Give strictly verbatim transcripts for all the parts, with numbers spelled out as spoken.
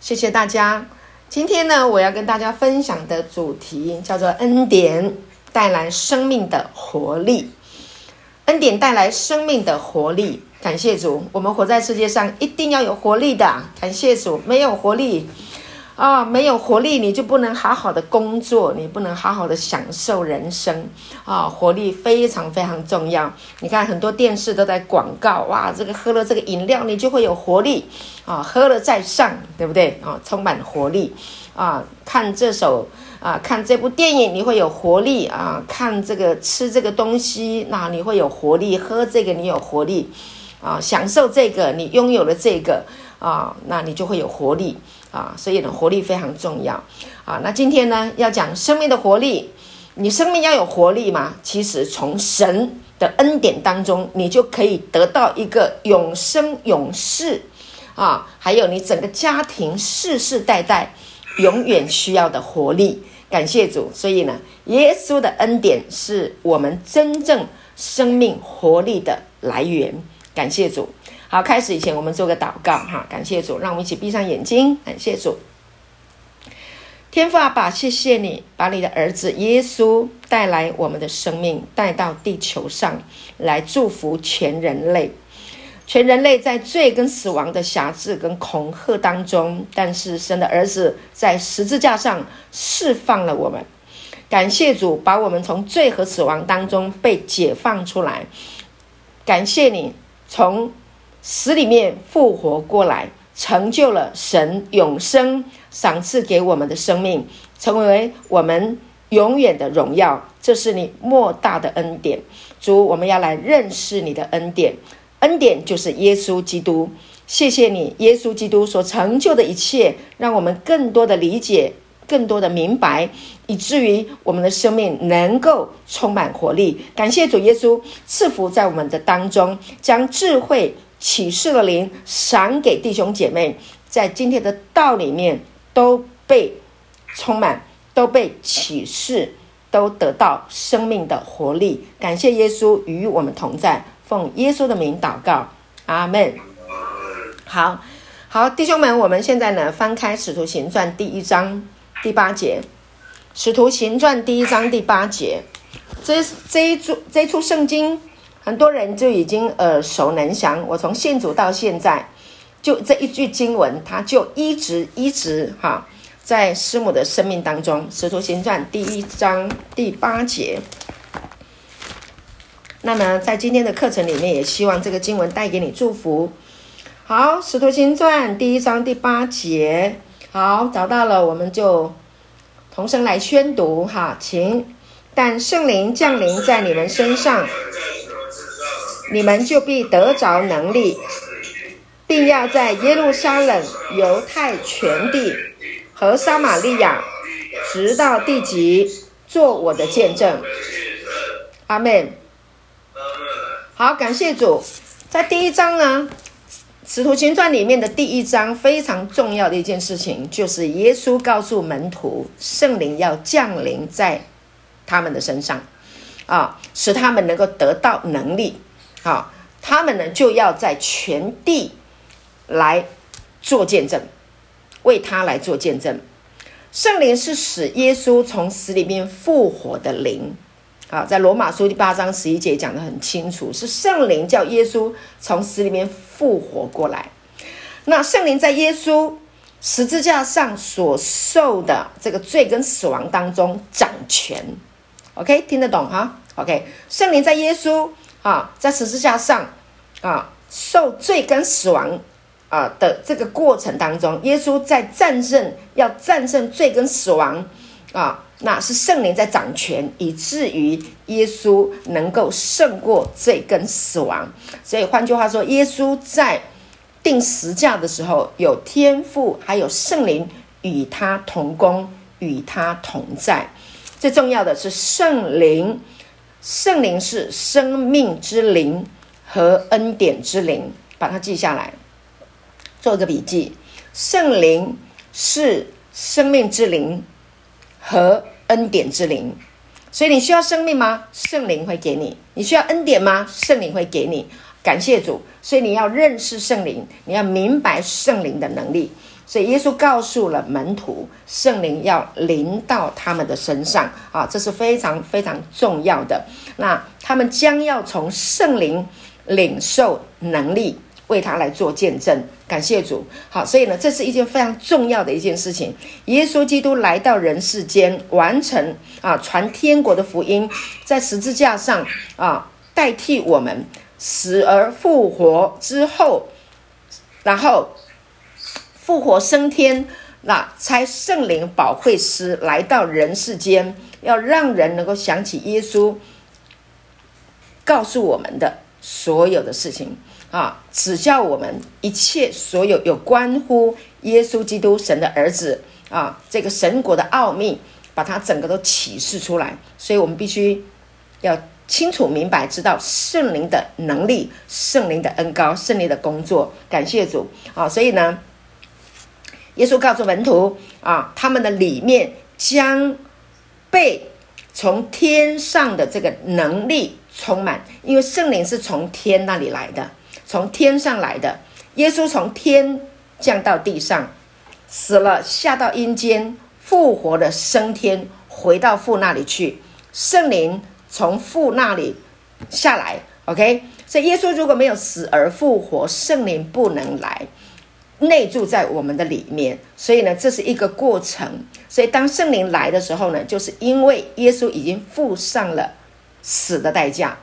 谢谢大家。今天呢，我要跟大家分享的主题叫做恩典带来生命的活力。恩典带来生命的活力，感谢主，我们活在世界上一定要有活力的，感谢主。没有活力啊，没有活力你就不能好好的工作，你不能好好的享受人生啊！活力非常非常重要。你看很多电视都在广告，哇，这个喝了这个饮料你就会有活力啊，喝了再上，对不对啊？充满活力啊！看这首啊，看这部电影你会有活力啊！看这个吃这个东西，那你会有活力；喝这个你有活力啊！享受这个，你拥有了这个啊，那你就会有活力。啊，所以呢，活力非常重要啊。那今天呢，要讲生命的活力。你生命要有活力嘛？其实从神的恩典当中，你就可以得到一个永生永世啊，还有你整个家庭世世代代永远需要的活力。感谢主。所以呢，耶稣的恩典是我们真正生命活力的来源。感谢主。好，开始以前我们做个祷告哈，感谢主，让我们一起闭上眼睛，感谢主。天父阿爸，谢谢你把你的儿子耶稣带来我们的生命，带到地球上来祝福全人类。全人类在罪跟死亡的辖制跟恐吓当中，但是神的儿子在十字架上释放了我们。感谢主，把我们从罪和死亡当中被解放出来。感谢你从死里面复活过来，成就了神永生赏赐给我们的生命，成为我们永远的荣耀。这是你莫大的恩典。主，我们要来认识你的恩典。恩典就是耶稣基督。谢谢你，耶稣基督所成就的一切，让我们更多的理解，更多的明白，以至于我们的生命能够充满活力。感谢主耶稣赐福在我们的当中，将智慧启示的灵赏给弟兄姐妹，在今天的道里面都被充满，都被启示，都得到生命的活力。感谢耶稣与我们同在，奉耶稣的名祷告，阿们。好好，弟兄们，我们现在呢翻开使徒行传第一章第八节。使徒行传第一章第八节，这这一出这一出圣经很多人就已经耳熟能详。我从信主到现在，就这一句经文，它就一直一直哈，在师母的生命当中。使徒行传第一章第八节。那么在今天的课程里面，也希望这个经文带给你祝福。好，使徒行传第一章第八节，好，找到了，我们就同声来宣读哈，请。但圣灵降临在你们身上，你们就必得着能力，并要在耶路撒冷、犹太全地和撒玛利亚，直到地极，做我的见证。阿们。好，感谢主。在第一章呢，使徒行传里面的第一章非常重要的一件事情，就是耶稣告诉门徒，圣灵要降临在他们的身上啊，使他们能够得到能力啊，他们呢就要在全地来做见证，为他来做见证。圣灵是使耶稣从死里面复活的灵啊，在罗马书第八章十一节讲得很清楚，是圣灵叫耶稣从死里面复活过来。那圣灵在耶稣十字架上所受的这个罪跟死亡当中掌权。OK， 听得懂哈 ？OK， 圣灵在耶稣啊，在十字架上啊受罪跟死亡啊的这个过程当中，耶稣在战胜，要战胜罪跟死亡啊，那是圣灵在掌权，以至于耶稣能够胜过罪跟死亡。所以换句话说，耶稣在钉十架的时候，有天父还有圣灵与他同工，与他同在。最重要的是圣灵，圣灵是生命之灵和恩典之灵，把它记下来，做个笔记。圣灵是生命之灵和恩典之灵。所以你需要生命吗？圣灵会给你。你需要恩典吗？圣灵会给你感谢主。所以你要认识圣灵，你要明白圣灵的能力。所以耶稣告诉了门徒，圣灵要临到他们的身上啊，这是非常非常重要的。那他们将要从圣灵领受能力，为他来做见证。感谢主。好，所以呢，这是一件非常重要的一件事情。耶稣基督来到人世间，完成啊传天国的福音，在十字架上啊代替我们死而复活之后，然后复活升天，那差圣灵保惠师来到人世间，要让人能够想起耶稣告诉我们的所有的事情啊，指教我们一切所有有关乎耶稣基督神的儿子啊，这个神国的奥秘，把它整个都启示出来。所以我们必须要清楚明白，知道圣灵的能力、圣灵的恩膏、圣灵的工作。感谢主啊！所以呢，耶稣告诉门徒啊，他们的里面将被从天上的这个能力充满，因为圣灵是从天那里来的，从天上来的。耶稣从天降到地上，死了，下到阴间，复活的升天，回到父那里去。圣灵从父那里下来 ，OK。所以耶稣如果没有死而复活，圣灵不能来内住在我们的里面。所以呢，这是一个过程。所以当圣灵来的时候呢，就是因为耶稣已经付上了死的代价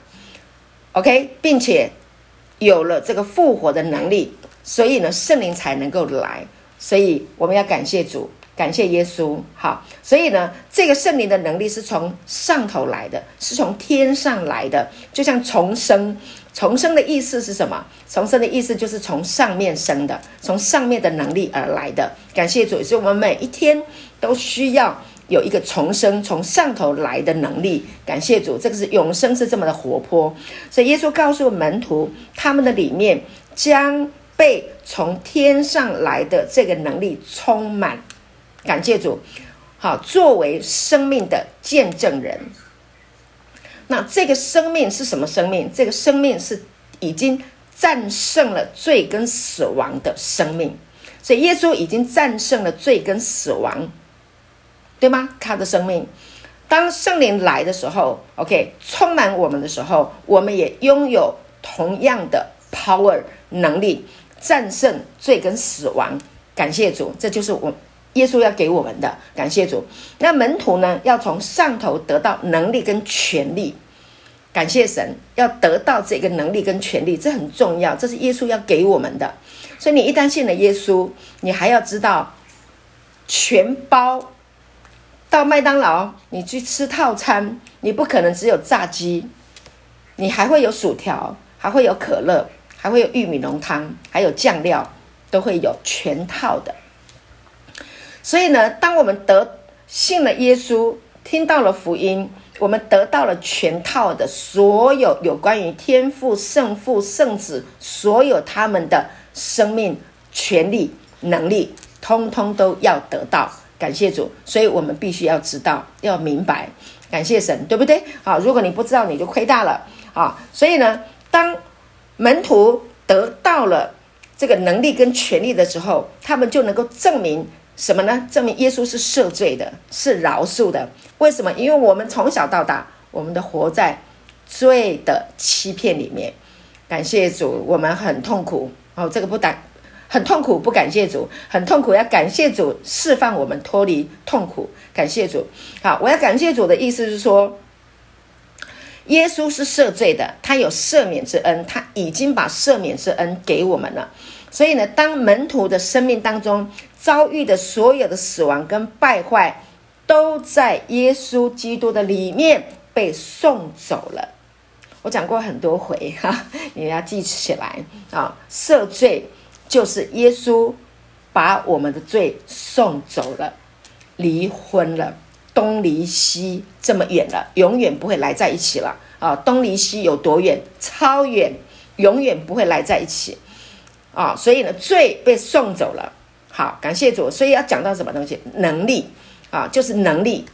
，OK， 并且有了这个复活的能力，所以呢，圣灵才能够来。所以我们要感谢主，感谢耶稣。好，所以呢，这个圣灵的能力是从上头来的，是从天上来的，就像重生。重生的意思是什么？重生的意思就是从上面生的，从上面的能力而来的。感谢主，所以我们每一天都需要有一个重生，从上头来的能力。感谢主，这个是永生，是这么的活泼。所以耶稣告诉门徒，他们的里面将被从天上来的这个能力充满。感谢主，好，作为生命的见证人。那这个生命是什么生命？这个生命是已经战胜了罪跟死亡的生命。所以耶稣已经战胜了罪跟死亡，对吗？他的生命，当圣灵来的时候 OK 充满我们的时候，我们也拥有同样的 power 能力，战胜罪跟死亡。感谢主，这就是我耶稣要给我们的。感谢主。那门徒呢，要从上头得到能力跟权力。感谢神，要得到这个能力跟权力，这很重要，这是耶稣要给我们的。所以你一旦信了耶稣，你还要知道全包。到麦当劳你去吃套餐，你不可能只有炸鸡，你还会有薯条，还会有可乐，还会有玉米浓汤，还有酱料，都会有全套的。所以呢，当我们得信了耶稣，听到了福音，我们得到了全套的所有有关于天父、圣父、圣子，所有他们的生命、权力、能力，通通都要得到。感谢主，所以我们必须要知道，要明白。感谢神，对不对？好，如果你不知道，你就亏大了啊！所以呢，当门徒得到了这个能力跟权力的时候，他们就能够证明什么呢？证明耶稣是赦罪的，是饶恕的。为什么？因为我们从小到大，我们都活在罪的欺骗里面。感谢主，我们很痛苦哦，这个不打。很痛苦，不感谢主，很痛苦，要感谢主释放我们脱离痛苦。感谢主。好，我要感谢主的意思是说，耶稣是赦罪的，他有赦免之恩，他已经把赦免之恩给我们了。所以呢，当门徒的生命当中遭遇的所有的死亡跟败坏，都在耶稣基督的里面被送走了。我讲过很多回哈，你要记起来啊，赦罪就是耶稣把我们的罪送走了，离婚了，东离西这么远了，永远不会来在一起了啊！东离西有多远？超远，永远不会来在一起啊！所以呢，罪被送走了。好，感谢主。所以要讲到什么东西？能力啊，就是能力。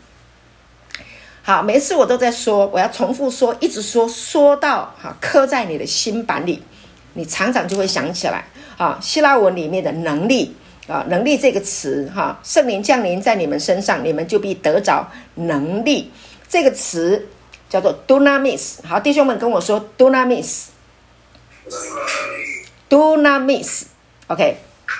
好，每次我都在说，我要重复说，一直说，说到哈，刻在你的心板里你常常就会想起来啊，希腊文里面的能力啊，能力这个词哈，圣灵降临在你们身上，你们就必得着能力。这个词叫做 dunamis。 好，弟兄们跟我说 dunamis dunamis OK，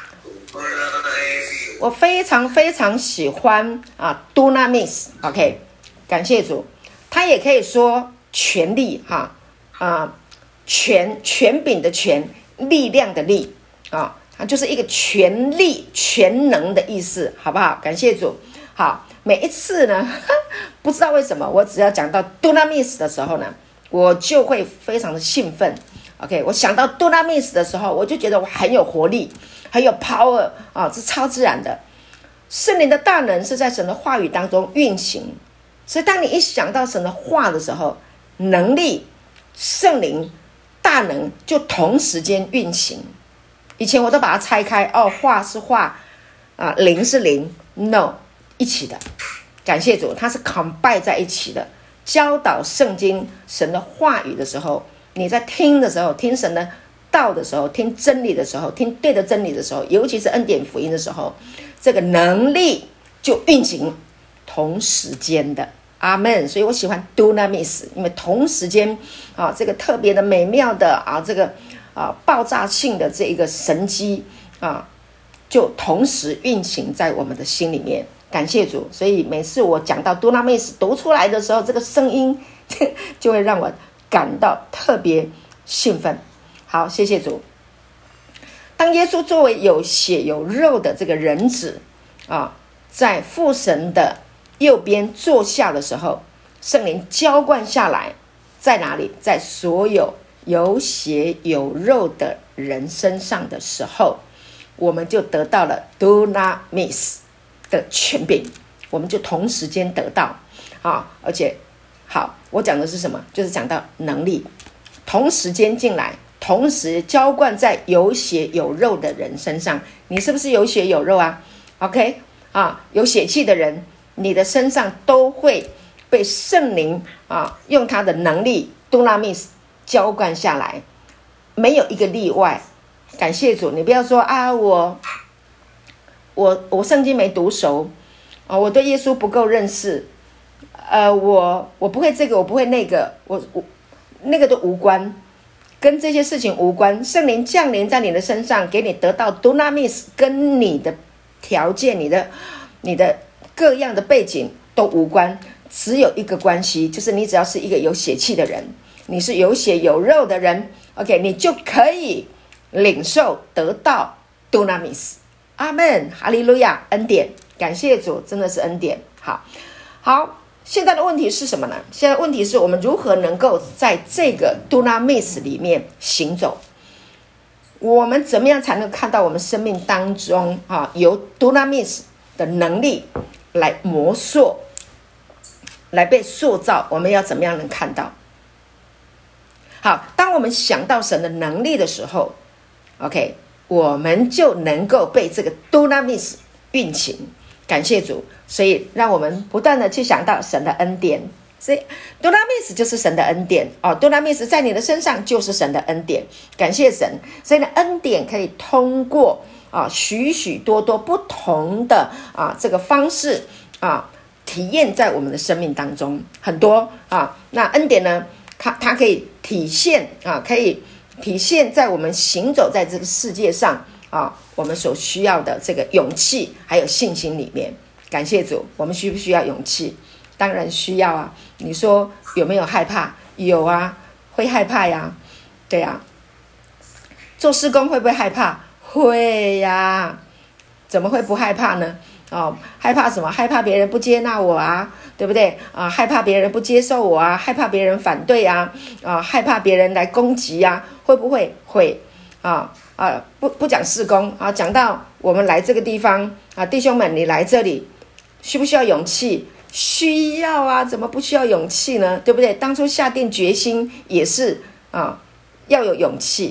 我非常非常喜欢啊 dunamis OK， 感谢主。它也可以说权力哈啊，权权柄的权，力量的力啊，它就是一个权力全能的意思，好不好？感谢主。好，每一次呢，不知道为什么，我只要讲到 dunamis 的时候呢，我就会非常的兴奋。OK， 我想到 dunamis 的时候，我就觉得我很有活力，很有 power 啊，是超自然的。圣灵的大能是在神的话语当中运行，所以当你一想到神的话的时候，能力、圣灵、大能就同时间运行。以前我都把它拆开，哦，话是话啊，灵是灵 ，no。一起的，感谢主，它是 combine 在一起的。教导圣经神的话语的时候，你在听的时候，听神的道的时候，听真理的时候，听对的真理的时候，尤其是恩典福音的时候，这个能力就运行同时间的。阿们。所以我喜欢 dunamis， 因为同时间啊，这个特别的美妙的啊，这个啊爆炸性的这一个神机啊，就同时运行在我们的心里面。感谢主。所以每次我讲到 dunamis 读出来的时候，这个声音就会让我感到特别兴奋。好，谢谢主。当耶稣作为有血有肉的这个人子啊，在父神的右边坐下的时候，圣灵浇灌下来，在哪里？在所有有血有肉的人身上的时候，我们就得到了 dunamis的权柄，我们就同时间得到啊！而且，好，我讲的是什么？就是讲到能力，同时间进来，同时浇灌在有血有肉的人身上。你是不是有血有肉啊 ？OK 啊，有血气的人，你的身上都会被圣灵啊用他的能力 dunamis 浇灌下来，没有一个例外。感谢主，你不要说啊，我。我我圣经没读熟啊，我对耶稣不够认识，呃，我我不会这个，我不会那个，我我那个都无关，跟这些事情无关。圣灵降临在你的身上，给你得到 dunamis， 跟你的条件、你的你的各样的背景都无关，只有一个关系，就是你只要是一个有血气的人，你是有血有肉的人 ，OK， 你就可以领受得到 dunamis。阿们，哈利路亚，恩典，感谢主，真的是恩典。好，好，现在的问题是什么呢？现在问题是我们如何能够在这个 dunamis 里面行走？我们怎么样才能看到我们生命当中啊由 dunamis 的能力来磨塑，来被塑造？我们要怎么样能看到？好，当我们想到神的能力的时候 ，OK。我们就能够被这个 dunamis 运行，感谢主。所以让我们不断的去想到神的恩典，所以 dunamis 就是神的恩典哦 dunamis 在你的身上就是神的恩典，感谢神。所以呢，恩典可以通过啊许许多多不同的啊这个方式啊体验在我们的生命当中，很多啊。那恩典呢，它它可以体现啊，可以。体现在我们行走在这个世界上啊，我们所需要的这个勇气还有信心里面。感谢主，我们需不需要勇气？当然需要啊。你说有没有害怕？有啊，会害怕呀。对呀，做事工会不会害怕？会呀。怎么会不害怕呢？哦，害怕什么？害怕别人不接纳我啊，对不对啊？害怕别人不接受我啊，害怕别人反对啊，啊，害怕别人来攻击啊，会不会？会啊啊！不不讲事工啊，讲到我们来这个地方啊，弟兄们，你来这里需不需要勇气？需要啊，怎么不需要勇气呢？对不对？当初下定决心也是啊，要有勇气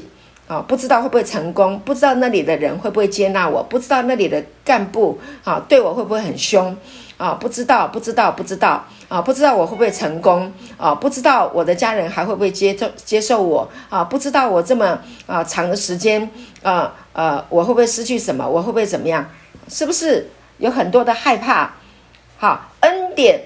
啊，不知道会不会成功，不知道那里的人会不会接纳我，不知道那里的干部啊对我会不会很凶啊，不知道，不知道，不知道啊，不知道我会不会成功啊，不知道我的家人还会不会接受接受我啊，不知道我这么啊长的时间啊呃，我会不会失去什么，我会不会怎么样？是不是有很多的害怕？好，恩典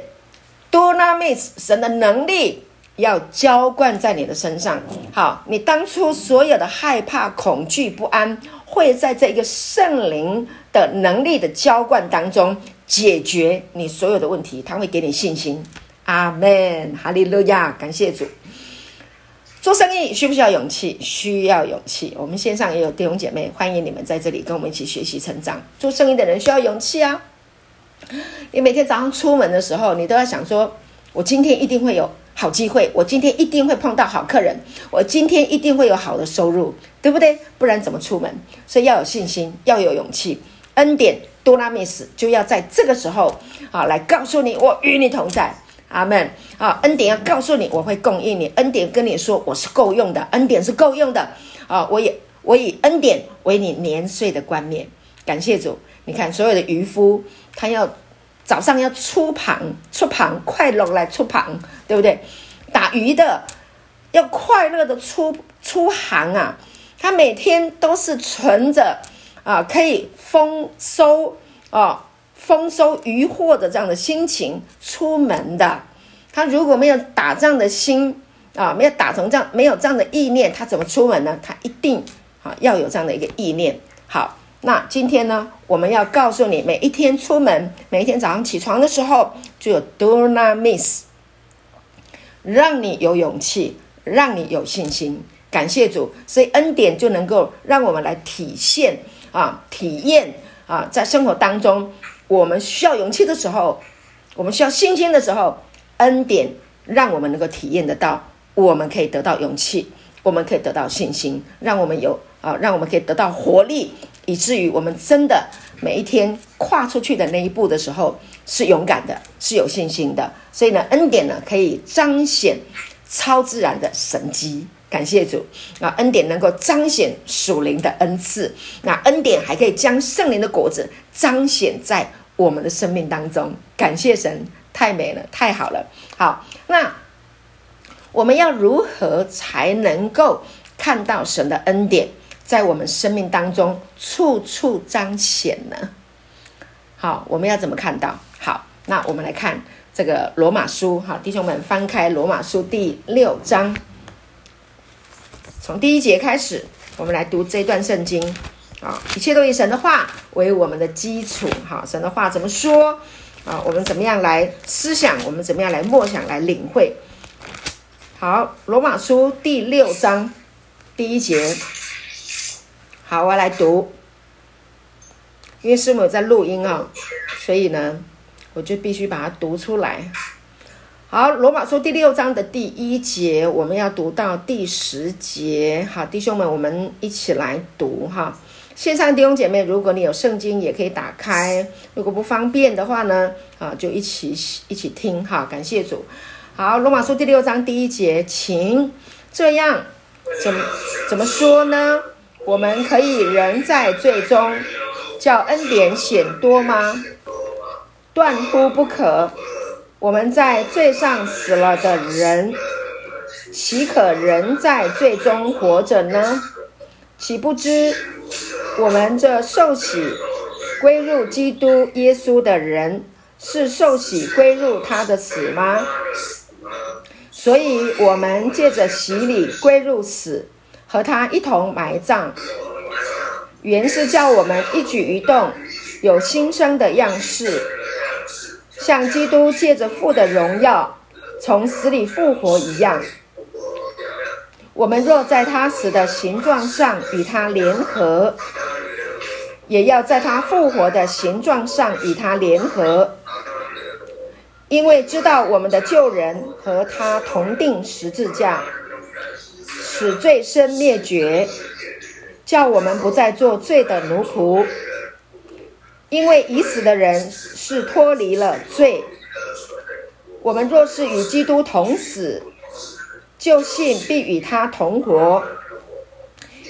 dunamis 神的能力要浇灌在你的身上。好，你当初所有的害怕、恐惧、不安，会在这个圣灵的能力的浇灌当中解决你所有的问题，他会给你信心。阿们，哈利路亚，感谢主。做生意需不需要勇气？需要勇气。我们线上也有弟兄姐妹，欢迎你们在这里跟我们一起学习成长。做生意的人需要勇气啊！你每天早上出门的时候，你都要想说，我今天一定会有好机会，我今天一定会碰到好客人，我今天一定会有好的收入，对不对？不然怎么出门？所以要有信心，要有勇气。恩典 dunamis 就要在这个时候啊，来告诉你，我与你同在。阿们啊！恩典要告诉你，我会供应你。恩典跟你说，我是够用的，恩典是够用的啊！我也我以恩典为你年岁的冠冕。感谢主！你看，所有的渔夫，他要早上要出旁出旁，快乐来出旁，对不对？打鱼的要快乐的出出航啊！他每天都是存着啊，可以丰收啊。丰收渔获的这样的心情出门的，他如果没有打仗的心啊，没有打从这样，没有这样的意念，他怎么出门呢？他一定啊要有这样的一个意念。好，那今天呢，我们要告诉你，每一天出门，每一天早上起床的时候，就有 dunamis， 让你有勇气，让你有信心。感谢主，所以恩典就能够让我们来体现啊，体验啊，在生活当中。我们需要勇气的时候，我们需要信心的时候，恩典让我们能够体验得到，我们可以得到勇气，我们可以得到信心，让我们有啊，让我们可以得到活力，以至于我们真的每一天跨出去的那一步的时候是勇敢的，是有信心的。所以呢，恩典呢可以彰显超自然的神迹。感谢主啊！恩典能够彰显属灵的恩赐，那恩典还可以将圣灵的果子彰显在我们的生命当中。感谢神，太美了，太好了。好，那我们要如何才能够看到神的恩典在我们生命当中处处彰显呢？好，我们要怎么看到？好，那我们来看这个罗马书。好，弟兄们翻开罗马书第六章。从第一节开始，我们来读这段圣经啊，一切都以神的话为我们的基础。好，神的话怎么说啊？我们怎么样来思想？我们怎么样来默想、来领会？好，罗马书第六章第一节。好，我要来读，因为师母有在录音啊，所以呢，我就必须把它读出来。好，罗马书第六章的第一节，我们要读到第十节。好，弟兄们，我们一起来读哈。线上弟兄姐妹，如果你有圣经，也可以打开；如果不方便的话呢，啊，就一起一起听哈。感谢主。好，罗马书第六章第一节，请这样怎么怎么说呢？我们可以仍在罪中，叫恩典显多吗？断乎不可。我们在罪上死了的人，岂可仍在罪中活着呢？岂不知我们这受洗归入基督耶稣的人，是受洗归入他的死吗？所以我们借着洗礼归入死，和他一同埋葬，原是叫我们一举一动有新生的样式，像基督借着父的荣耀从死里复活一样。我们若在他死的形状上与他联合，也要在他复活的形状上与他联合，因为知道我们的旧人和他同定十字架，使罪身灭绝，叫我们不再做罪的奴仆。因为已死的人是脱离了罪，我们若是与基督同死，就信必与他同活，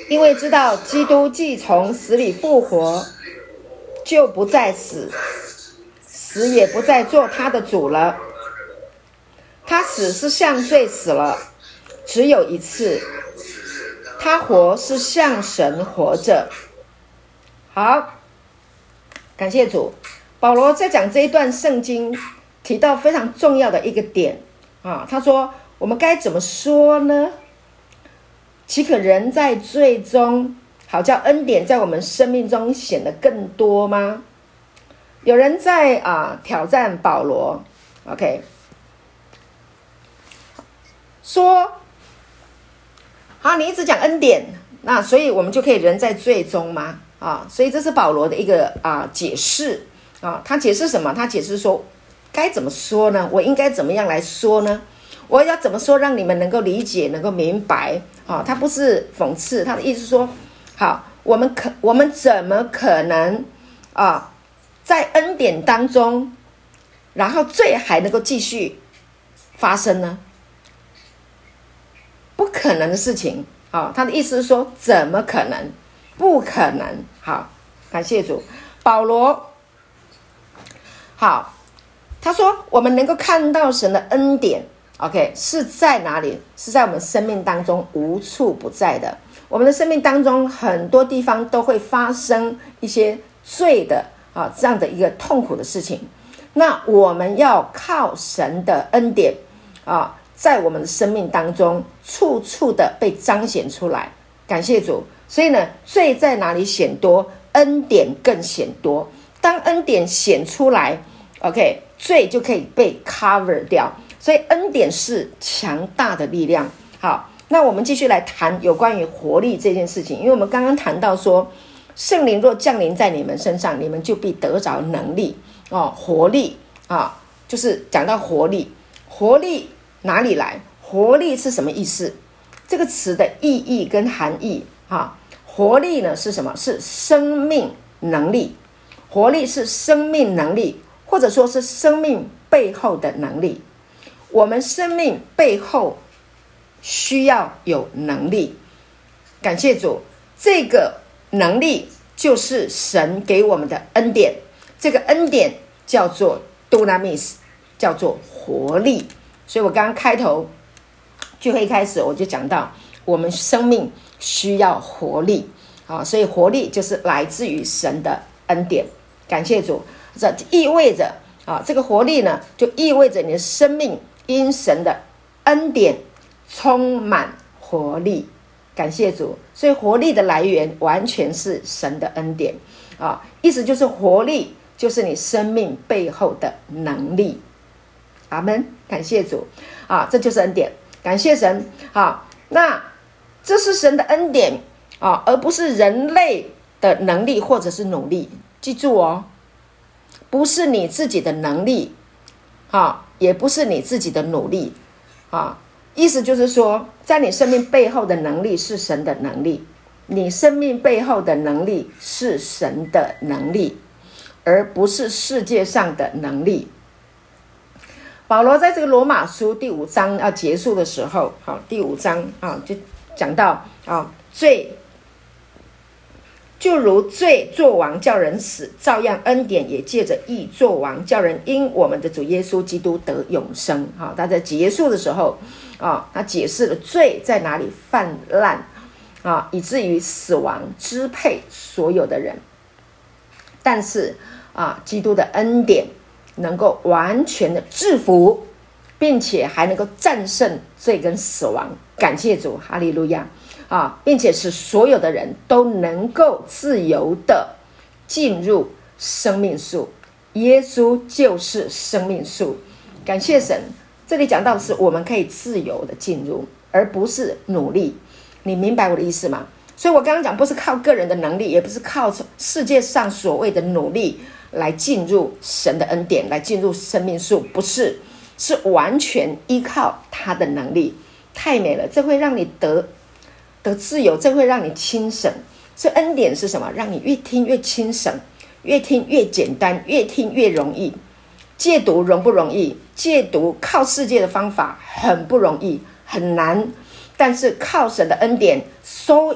因为知道基督既从死里复活，就不再死，死也不再做他的主了。他死是向罪死了，只有一次；他活是向神活着。好，感谢主。保罗在讲这一段圣经，提到非常重要的一个点啊，他说：我们该怎么说呢？岂可人在罪中，好叫恩典在我们生命中显得更多吗？有人在啊挑战保罗 ，OK， 说，好，你一直讲恩典，那所以我们就可以人在罪中吗？啊，所以这是保罗的一个啊解释啊，他解释什么？他解释说，该怎么说呢？我应该怎么样来说呢？我要怎么说让你们能够理解，能够明白？啊，他不是讽刺，他的意思是说，好，我们可我们怎么可能啊，在恩典当中，然后罪还能够继续发生呢？不可能的事情啊！他的意思是说，怎么可能？不可能。好，感谢主。保罗，好，他说我们能够看到神的恩典 ，OK， 是在哪里？是在我们生命当中无处不在的。我们的生命当中很多地方都会发生一些罪的啊这样的一个痛苦的事情。那我们要靠神的恩典啊，在我们的生命当中处处的被彰显出来。感谢主。所以呢，罪在哪里显多，恩典更显多。当恩典显出来 ，OK， 罪就可以被 cover 掉。所以恩典是强大的力量。好，那我们继续来谈有关于活力这件事情，因为我们刚刚谈到说，圣灵若降临在你们身上，你们就必得着能力哦，活力啊，就是讲到活力。活力哪里来？活力是什么意思？这个词的意义跟含义啊，活力呢是什么？是生命能力。活力是生命能力，或者说是生命背后的能力。我们生命背后需要有能力。感谢主，这个能力就是神给我们的恩典。这个恩典叫做 dunamis， 叫做活力。所以我刚刚开头聚会开始我就讲到，我们生命需要活力啊，所以活力就是来自于神的恩典。感谢主，这意味着啊，这个活力呢，就意味着你的生命因神的恩典充满活力。感谢主，所以活力的来源完全是神的恩典啊，意思就是活力就是你生命背后的能力。阿们，感谢主啊，这就是恩典。感谢神啊，那这是神的恩典啊，而不是人类的能力或者是努力。记住哦，不是你自己的能力啊，也不是你自己的努力啊。意思就是说，在你生命背后的能力是神的能力，你生命背后的能力是神的能力，而不是世界上的能力。保罗在这个罗马书第五章要结束的时候，好，第五章啊就讲到啊，罪就如罪作王叫人死，照样恩典也借着义作王叫人因我们的主耶稣基督得永生。好，他在结束的时候啊，他解释了罪在哪里泛滥啊，以至于死亡支配所有的人。但是啊，基督的恩典能够完全的制服，并且还能够战胜罪跟死亡。感谢主，哈利路亚啊！并且使所有的人都能够自由的进入生命树。耶稣就是生命树。感谢神，这里讲到的是我们可以自由的进入，而不是努力。你明白我的意思吗？所以我刚刚讲，不是靠个人的能力，也不是靠世界上所谓的努力来进入神的恩典，来进入生命树，不是，是完全依靠他的能力。太美了，这会让你得得自由，这会让你轻省。这恩典是什么？让你越听越轻省，越听越简单，越听越容易。戒毒容不容易？戒毒靠世界的方法很不容易，很难但是靠神的恩典 so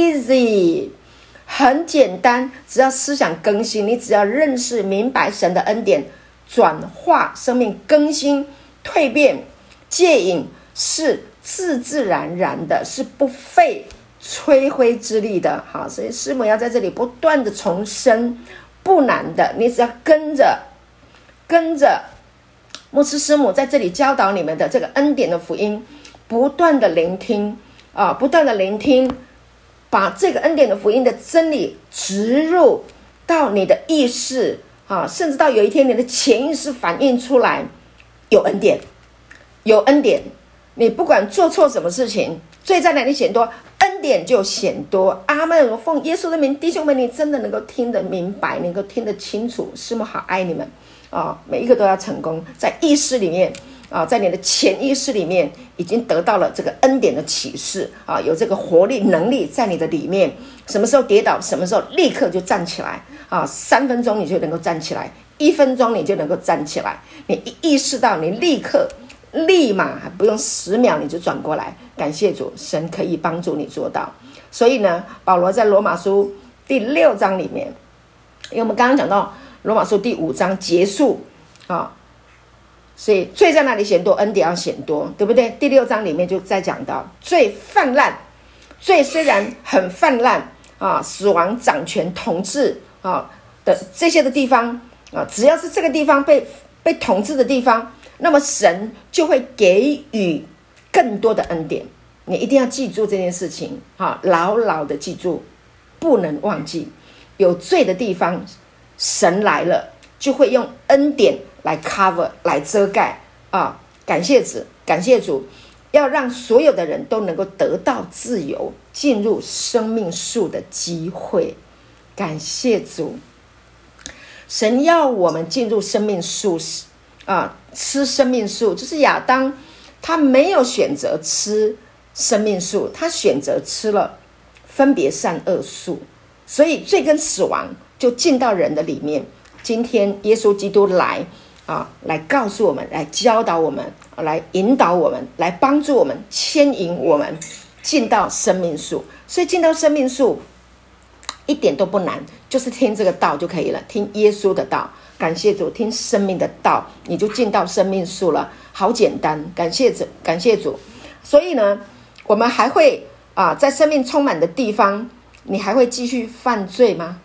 easy， 很简单，只要思想更新，你只要认识明白神的恩典，转化生命更新蜕变戒瘾，是自自然然的，是不费吹灰之力的。好，所以师母要在这里不断的重申，不难的，你只要跟着跟着牧师师母在这里教导你们的这个恩典的福音，不断的聆听啊，不断的聆听，把这个恩典的福音的真理植入到你的意识啊，甚至到有一天你的潜意识反映出来，有恩典，有恩典。你不管做错什么事情，罪在哪里显多，恩典就显多。阿们！我奉耶稣的名，弟兄们，你真的能够听得明白，能够听得清楚。师母好爱你们啊！每一个都要成功，在意识里面啊，在你的潜意识里面已经得到了这个恩典的启示啊，有这个活力能力在你的里面。什么时候跌倒，什么时候立刻就站起来啊！三分钟你就能够站起来，一分钟你就能够站起来。你一意识到，你立刻。立马还不用十秒你就转过来，感谢主，神可以帮助你做到。所以呢，保罗在罗马书第六章里面，因为我们刚刚讲到罗马书第五章结束啊，所以罪在那里显多，恩典要显多，对不对？第六章里面就在讲到罪泛滥，罪虽然很泛滥啊，死亡掌权统治啊的这些的地方啊，只要是这个地方被被统治的地方，那么神就会给予更多的恩典。你一定要记住这件事情，牢牢的记住，不能忘记。有罪的地方，神来了就会用恩典来 cover 来遮盖啊！感谢主，感谢主，要让所有的人都能够得到自由，进入生命树的机会。感谢主，神要我们进入生命树啊，吃生命树，就是亚当他没有选择吃生命树，他选择吃了分别善恶树，所以罪跟死亡就进到人的里面。今天耶稣基督来啊，来告诉我们，来教导我们，来引导我们，来帮助我们，牵引我们进到生命树。所以进到生命树一点都不难，就是听这个道就可以了，听耶稣的道。感谢主，听生命的道，你就进到生命树了，好简单。感谢主，感谢主。所以呢，我们还会啊，在生命充满的地方，你还会继续犯罪吗？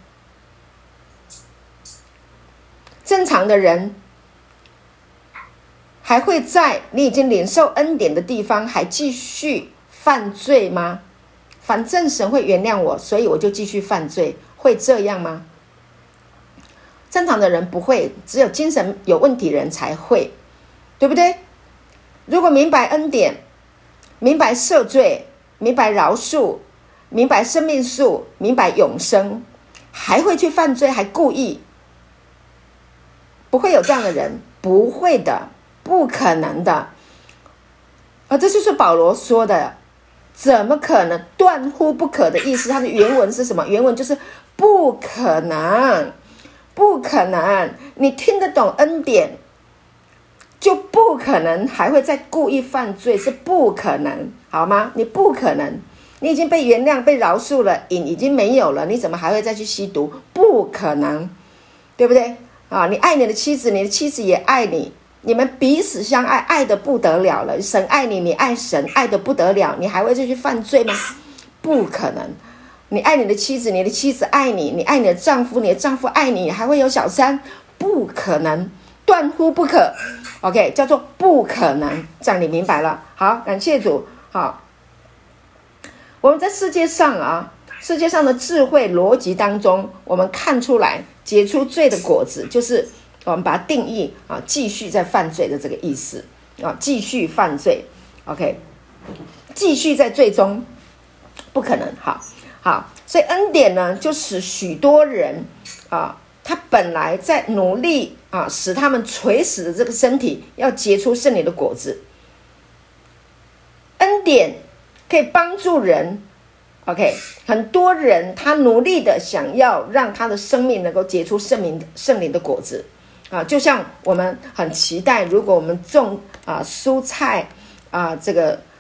正常的人还会在你已经领受恩典的地方还继续犯罪吗？反正神会原谅我，所以我就继续犯罪，会这样吗？正常的人不会，只有精神有问题的人才会，对不对？如果明白恩典，明白赦罪，明白饶恕，明白生命树，明白永生，还会去犯罪，还故意，不会有这样的人，不会的，不可能的。而这就是保罗说的，怎么可能？断乎不可的意思，它的原文是什么？原文就是不可能。不可能，你听得懂恩典，就不可能还会再故意犯罪，是不可能，好吗？你不可能，你已经被原谅、被饶恕了，瘾已经没有了，你怎么还会再去吸毒？不可能，对不对啊？你爱你的妻子，你的妻子也爱你，你们彼此相爱，爱得不得了了。神爱你，你爱神，爱得不得了，你还会再去犯罪吗？不可能。你爱你的妻子，你的妻子爱你，你爱你的丈夫，你的丈夫爱你，还会有小三？不可能，断乎不可。 OK， 叫做不可能，这样你明白了。好，感谢主。好，我们在世界上啊，世界上的智慧逻辑当中，我们看出来结出罪的果子，就是我们把它定义啊，继续在犯罪的这个意思啊，继续犯罪。OK， 继续在罪中，不可能。好。好，所以恩典呢，就使许多人啊，他本来在努力啊，使他们垂死的这个身体要结出圣灵的果子。恩典可以帮助人 ，OK， 很多人他努力的想要让他的生命能够结出圣灵圣灵的果子啊，就像我们很期待，如果我们种啊蔬菜啊，这个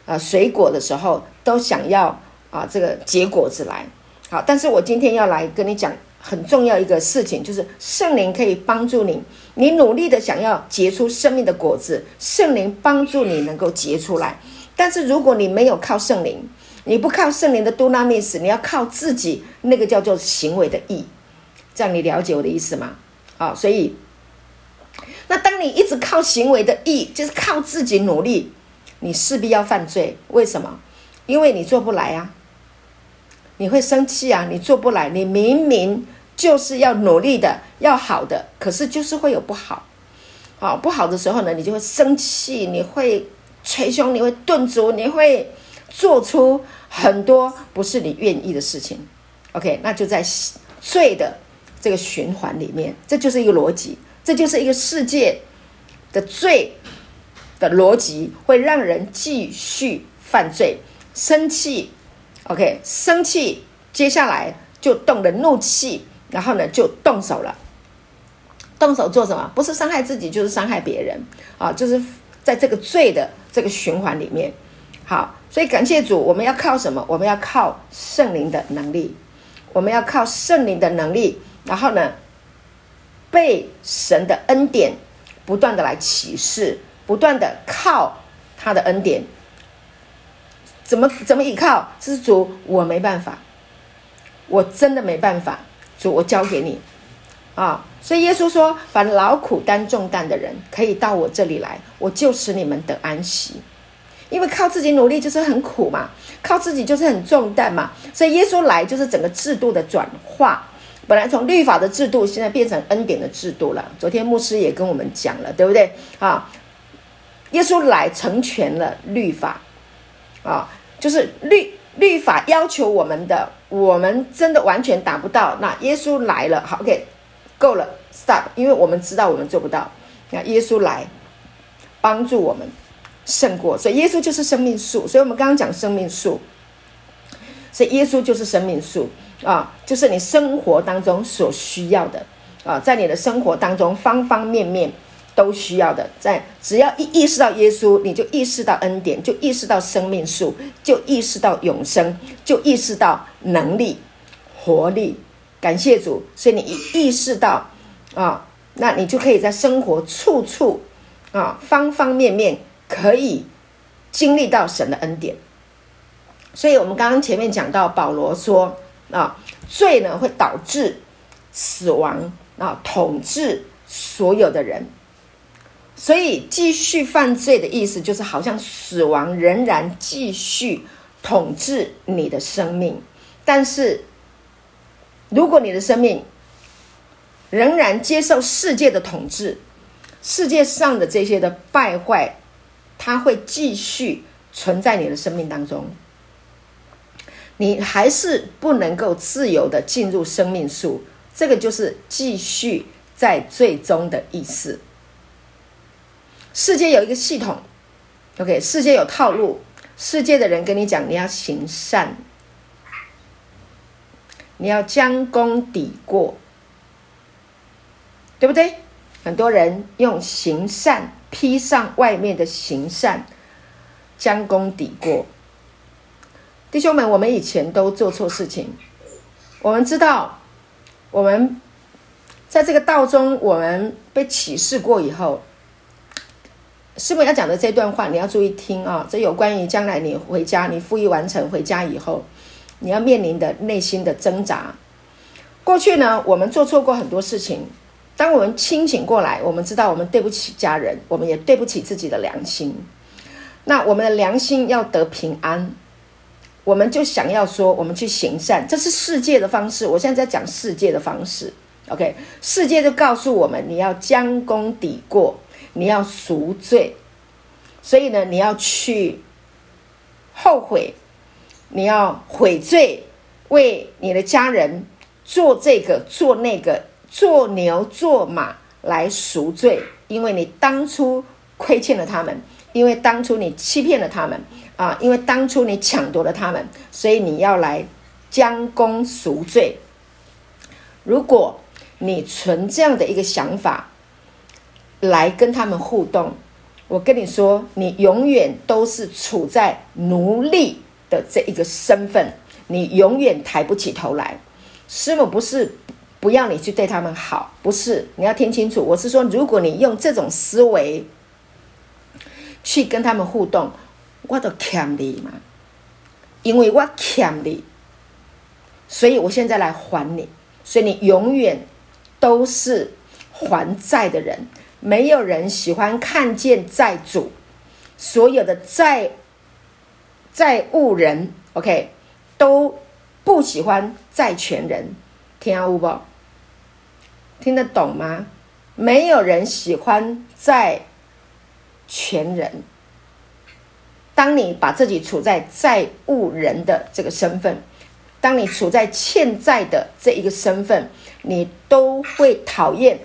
呃水果的时候，都想要啊这个结果子来。好，但是我今天要来跟你讲很重要一个事情，就是圣灵可以帮助你，你努力的想要结出生命的果子，圣灵帮助你能够结出来。但是如果你没有靠圣灵，你不靠圣灵的都纳密斯，你要靠自己，那个叫做行为的义。这样你了解我的意思吗？好，所以那当你一直靠行为的义，就是靠自己努力，你势必要犯罪。为什么？因为你做不来啊，你会生气啊，你做不来，你明明就是要努力的，要好的，可是就是会有不好。好，不好的时候呢，你就会生气，你会捶胸，你会顿足，你会做出很多不是你愿意的事情。 OK， 那就在罪的这个循环里面，这就是一个逻辑，这就是一个世界的罪的逻辑，会让人继续犯罪。生气 OK， 生气接下来就动了怒气，然后呢就动手了。动手做什么？不是伤害自己就是伤害别人啊，就是在这个罪的这个循环里面。好，所以感谢主，我们要靠什么？我们要靠圣灵的能力，我们要靠圣灵的能力，然后呢被神的恩典不断的来启示，不断的靠他的恩典。怎么怎么依靠？是主，我没办法，我真的没办法，主，我交给你啊！所以耶稣说，凡劳苦担重担的人可以到我这里来，我就使你们得安息。因为靠自己努力就是很苦嘛，靠自己就是很重担嘛，所以耶稣来就是整个制度的转化，本来从律法的制度现在变成恩典的制度了。昨天牧师也跟我们讲了，对不对啊？耶稣来成全了律法啊，就是律律法要求我们的，我们真的完全达不到，那耶稣来了，好 ，OK， 够了 ，stop， 因为我们知道我们做不到，那耶稣来帮助我们胜过，所以耶稣就是生命树。所以我们刚刚讲生命树，所以耶稣就是生命树啊，就是你生活当中所需要的啊，在你的生活当中方方面面都需要的，在只要一意识到耶稣，你就意识到恩典，就意识到生命树，就意识到永生，就意识到能力、活力。感谢主，所以你一意识到啊，那你就可以在生活处处啊，方方面面可以经历到神的恩典。所以我们刚刚前面讲到，保罗说啊，罪呢会导致死亡啊，统治所有的人。所以继续犯罪的意思就是好像死亡仍然继续统治你的生命，但是如果你的生命仍然接受世界的统治，世界上的这些的败坏，它会继续存在你的生命当中，你还是不能够自由的进入生命树，这个就是继续在最终的意思。世界有一个系统 OK， 世界有套路，世界的人跟你讲你要行善，你要将功抵过，对不对？很多人用行善披上外面的行善，将功抵过。弟兄们，我们以前都做错事情，我们知道我们在这个道中我们被启示过以后，师母要讲的这段话你要注意听啊，这有关于将来你回家，你服役完成回家以后你要面临的内心的挣扎。过去呢我们做错过很多事情，当我们清醒过来，我们知道我们对不起家人，我们也对不起自己的良心，那我们的良心要得平安，我们就想要说我们去行善，这是世界的方式，我现在在讲世界的方式 OK， 世界就告诉我们你要将功抵过，你要赎罪，所以呢你要去后悔，你要悔罪，为你的家人做这个做那个，做牛做马来赎罪，因为你当初亏欠了他们，因为当初你欺骗了他们啊，因为当初你抢夺了他们，所以你要来将功赎罪。如果你存这样的一个想法来跟他们互动， 我跟你说，你永远都是处在奴隶的这一个身份，你永远抬不起头来。师母不是不要你去对他们好，不是，你要听清楚，我是说，如果你用这种思维去跟他们互动，我都欠你嘛，因为我欠你，所以我现在来还你，所以你永远都是还债的人。没有人喜欢看见债主，所有的债债务人 OK 都不喜欢债权人，听有不？听得懂吗？没有人喜欢债权人。当你把自己处在债务人的这个身份，当你处在欠债的这一个身份，你都会讨厌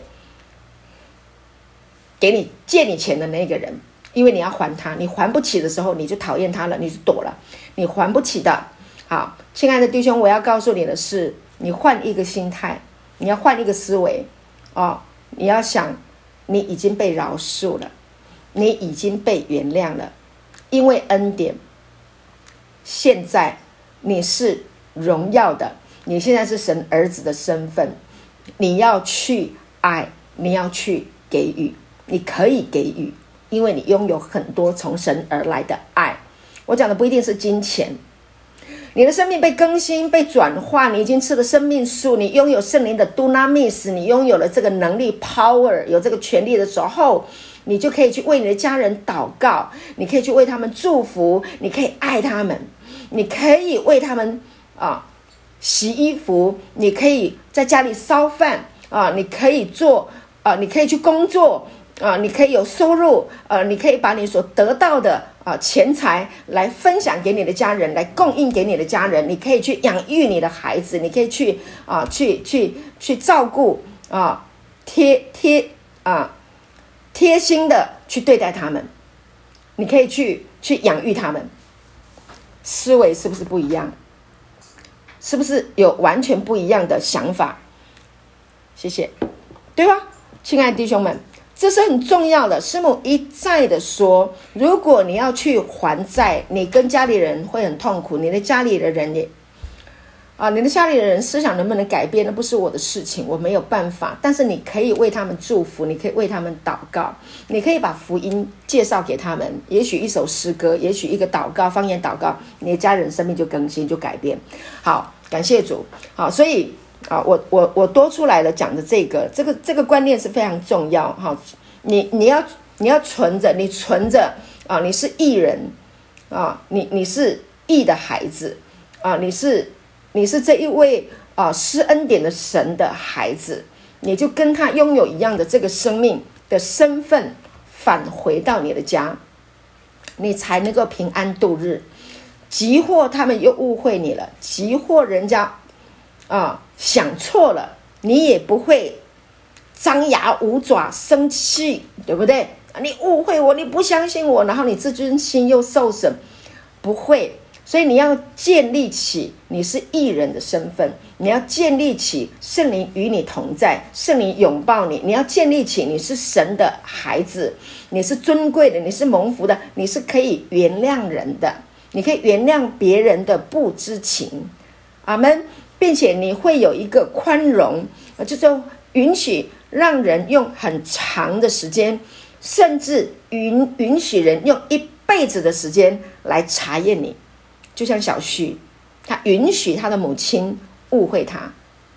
给你借你钱的那个人，因为你要还他，你还不起的时候，你就讨厌他了，你就躲了，你还不起的。好，亲爱的弟兄，我要告诉你的是，你换一个心态，你要换一个思维哦，你要想，你已经被饶恕了，你已经被原谅了，因为恩典，现在你是荣耀的，你现在是神儿子的身份，你要去爱，你要去给予。你可以给予，因为你拥有很多从神而来的爱。我讲的不一定是金钱，你的生命被更新被转化，你已经吃了生命树，你拥有圣灵的 dunamis， 你拥有了这个能力 power， 有这个权利的时候，你就可以去为你的家人祷告，你可以去为他们祝福，你可以爱他们，你可以为他们啊洗衣服，你可以在家里烧饭啊，你可以做啊，你可以去工作啊，你可以有收入，呃，你可以把你所得到的啊钱财来分享给你的家人，来供应给你的家人，你可以去养育你的孩子，你可以去啊去去去照顾啊贴贴啊贴心的去对待他们，你可以去去养育他们。思维是不是不一样？是不是有完全不一样的想法？谢谢，对吧？亲爱的弟兄们，这是很重要的。师母一再的说，如果你要去还债，你跟家里人会很痛苦，你的家里的人也啊，你的家里的人思想能不能改变，那不是我的事情，我没有办法。但是你可以为他们祝福，你可以为他们祷告，你可以把福音介绍给他们。也许一首诗歌，也许一个祷告，方言祷告，你的家人生命就更新，就改变。好，感谢主。好，所以啊，我我我多出来了讲的这个，这个这个观念是非常重要哈。你你要你要存着，你存着啊，你是义人啊，你你是义的孩子啊，你是。你是这一位啊施恩典的神的孩子，你就跟他拥有一样的这个生命的身份，返回到你的家，你才能够平安度日。即或他们又误会你了，即或人家啊想错了，你也不会张牙舞爪生气，对不对？你误会我，你不相信我，然后你自尊心又受损，不会。所以你要建立起你是义人的身份，你要建立起圣灵与你同在，圣灵拥抱你，你要建立起你是神的孩子，你是尊贵的，你是蒙福的，你是可以原谅人的，你可以原谅别人的不知情，阿们，并且你会有一个宽容，就是允许让人用很长的时间，甚至允允许人用一辈子的时间来查验你。就像小旭，他允许他的母亲误会他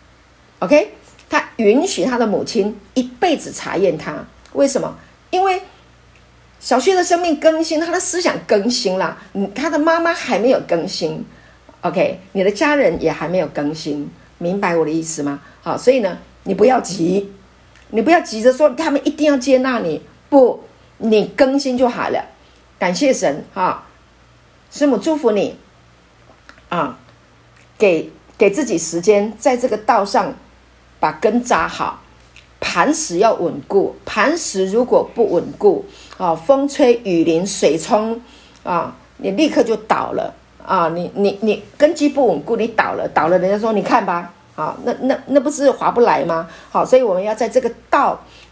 ，OK， 他允许他的母亲一辈子查验他。为什么？因为小旭的生命更新，他的思想更新了，他的妈妈还没有更新 ，OK， 你的家人也还没有更新，明白我的意思吗？好，所以呢，你不要急，你不要急着说他们一定要接纳你，不，你更新就好了。感谢神哈，师母祝福你。啊，给给自己时间，在这个道上把根扎好，磐石要稳固。磐石如果不稳固，啊，风吹雨淋水冲，啊，你立刻就倒了啊！你你你根基不稳固，你倒了，倒了，人家说你看吧，啊，那那那不是划不来吗？好，所以我们要在这个道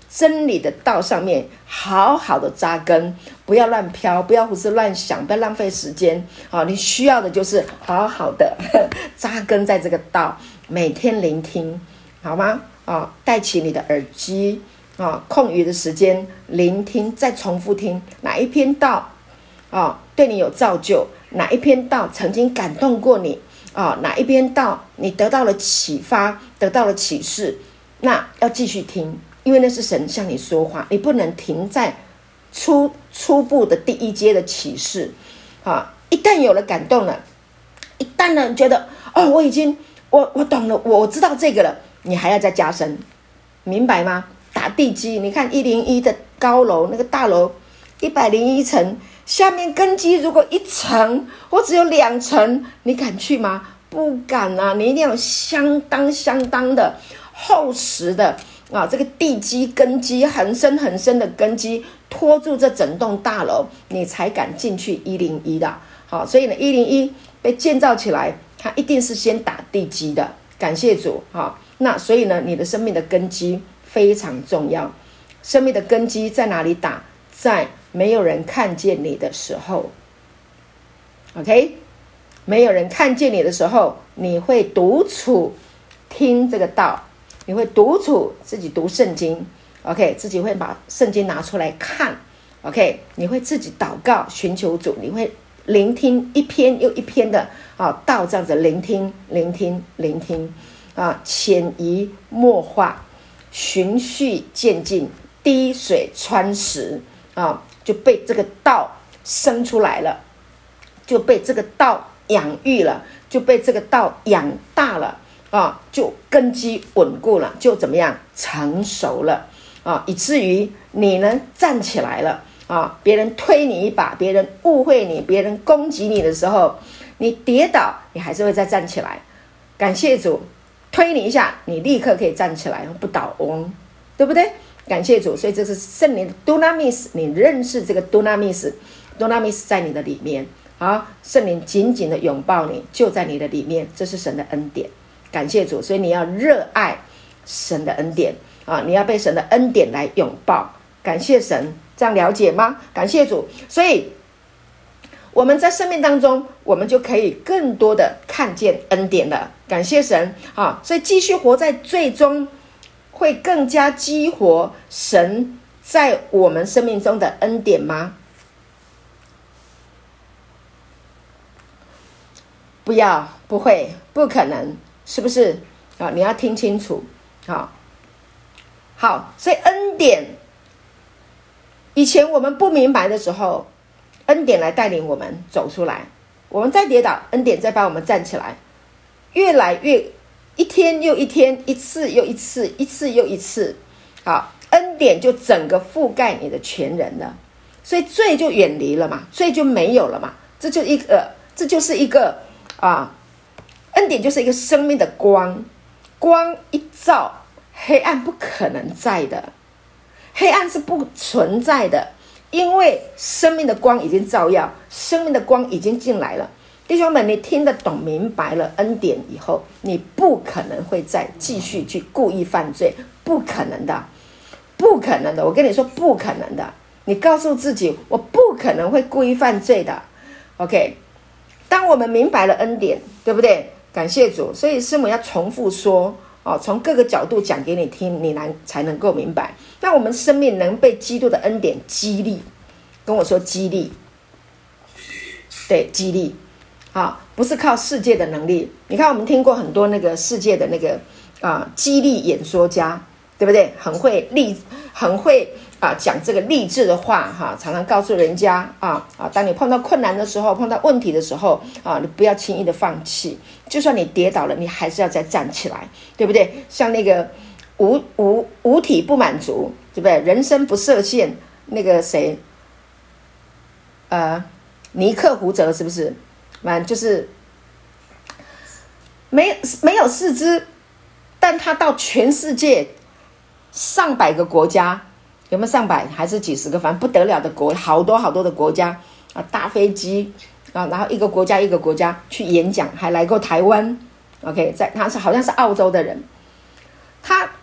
真理的道上面好好的扎根，不要乱飘，不要胡思乱想，不要浪费时间。好，你需要的就是好好的扎根在这个道，每天聆听，好吗？啊，戴起你的耳机啊，空余的时间聆听，再重复听哪一篇道啊，对你有造就，哪一篇道曾经感动过你啊，哪一篇道你得到了启发，得到了启示，那要继续听，因为那是神向你说话，你不能停在初初步的第一阶的启示啊！一旦有了感动了，一旦呢觉得哦，我已经我我懂了，我知道这个了，你还要再加深，明白吗？打地基，你看一零一的高楼，那个大楼一百零一层，下面根基如果一层或只有两层，你敢去吗？不敢啊！你一定要有相当相当的厚实的啊，这个地基根基很深很深的根基拖住这整栋大楼，你才敢进去一零一的。好，所以呢，一零一被建造起来，它一定是先打地基的。感谢主，好，那所以呢，你的生命的根基非常重要。生命的根基在哪里打？在没有人看见你的时候 ，OK， 没有人看见你的时候，你会独处听这个道。你会独处自己读圣经 ，OK， 自己会把圣经拿出来看 ，OK， 你会自己祷告寻求主，你会聆听一篇又一篇的啊道，这样子聆听聆听聆听啊，潜移默化，循序渐进，滴水穿石啊，就被这个道生出来了，就被这个道养育了，就被这个道养大了。啊，就根基稳固了，就怎么样成熟了啊，以至于你呢站起来了啊，别人推你一把，别人误会你，别人攻击你的时候，你跌倒，你还是会再站起来。感谢主，推你一下，你立刻可以站起来，不倒翁，对不对？感谢主，所以这是圣灵的 dunamis， 你认识这个 dunamis， dunamis 在你的里面啊，圣灵紧紧的拥抱你，就在你的里面，这是神的恩典。感谢主，所以你要热爱神的恩典啊！你要被神的恩典来拥抱。感谢神，这样了解吗？感谢主，所以我们在生命当中，我们就可以更多的看见恩典了。感谢神啊！所以继续活在罪中，会更加激活神在我们生命中的恩典吗？不要，不会，不可能。是不是啊？你要听清楚，好，好，所以恩典，以前我们不明白的时候，恩典来带领我们走出来，我们再跌倒，恩典再把我们站起来，越来越，一天又一天，一次又一次，一次又一次，好，恩典就整个覆盖你的全人了，所以罪就远离了嘛，罪就没有了嘛，这就一个，这就是一个啊。恩典就是一个生命的光，光一照，黑暗不可能在的，黑暗是不存在的，因为生命的光已经照耀，生命的光已经进来了。弟兄们，你听得懂明白了恩典以后，你不可能会再继续去故意犯罪，不可能的，不可能的，我跟你说不可能的，你告诉自己我不可能会故意犯罪的 OK。 当我们明白了恩典，对不对？感谢主，所以师母要重复说哦，从各个角度讲给你听，你能才能够明白。那我们生命能被基督的恩典激励，跟我说激励，对，激励，好，不是靠世界的能力。你看，我们听过很多那个世界的那个啊、呃、激励演说家，对不对？很会励，很会啊讲这个励志的话哈，常常告诉人家啊啊，当你碰到困难的时候，碰到问题的时候啊，你不要轻易的放弃，就算你跌倒了，你还是要再站起来，对不对？像那个无无无体不满足，对不对？人生不设限，那个谁，呃，尼克胡哲是不是？反正就是没没有四肢，但他到全世界上百个国家。有没有上百还是几十个，反正不得了的国，好多好多的国家啊，搭飞机啊，然后一个国家一个国家去演讲，还来过台湾 ，OK， 在他是好像是澳洲的人，他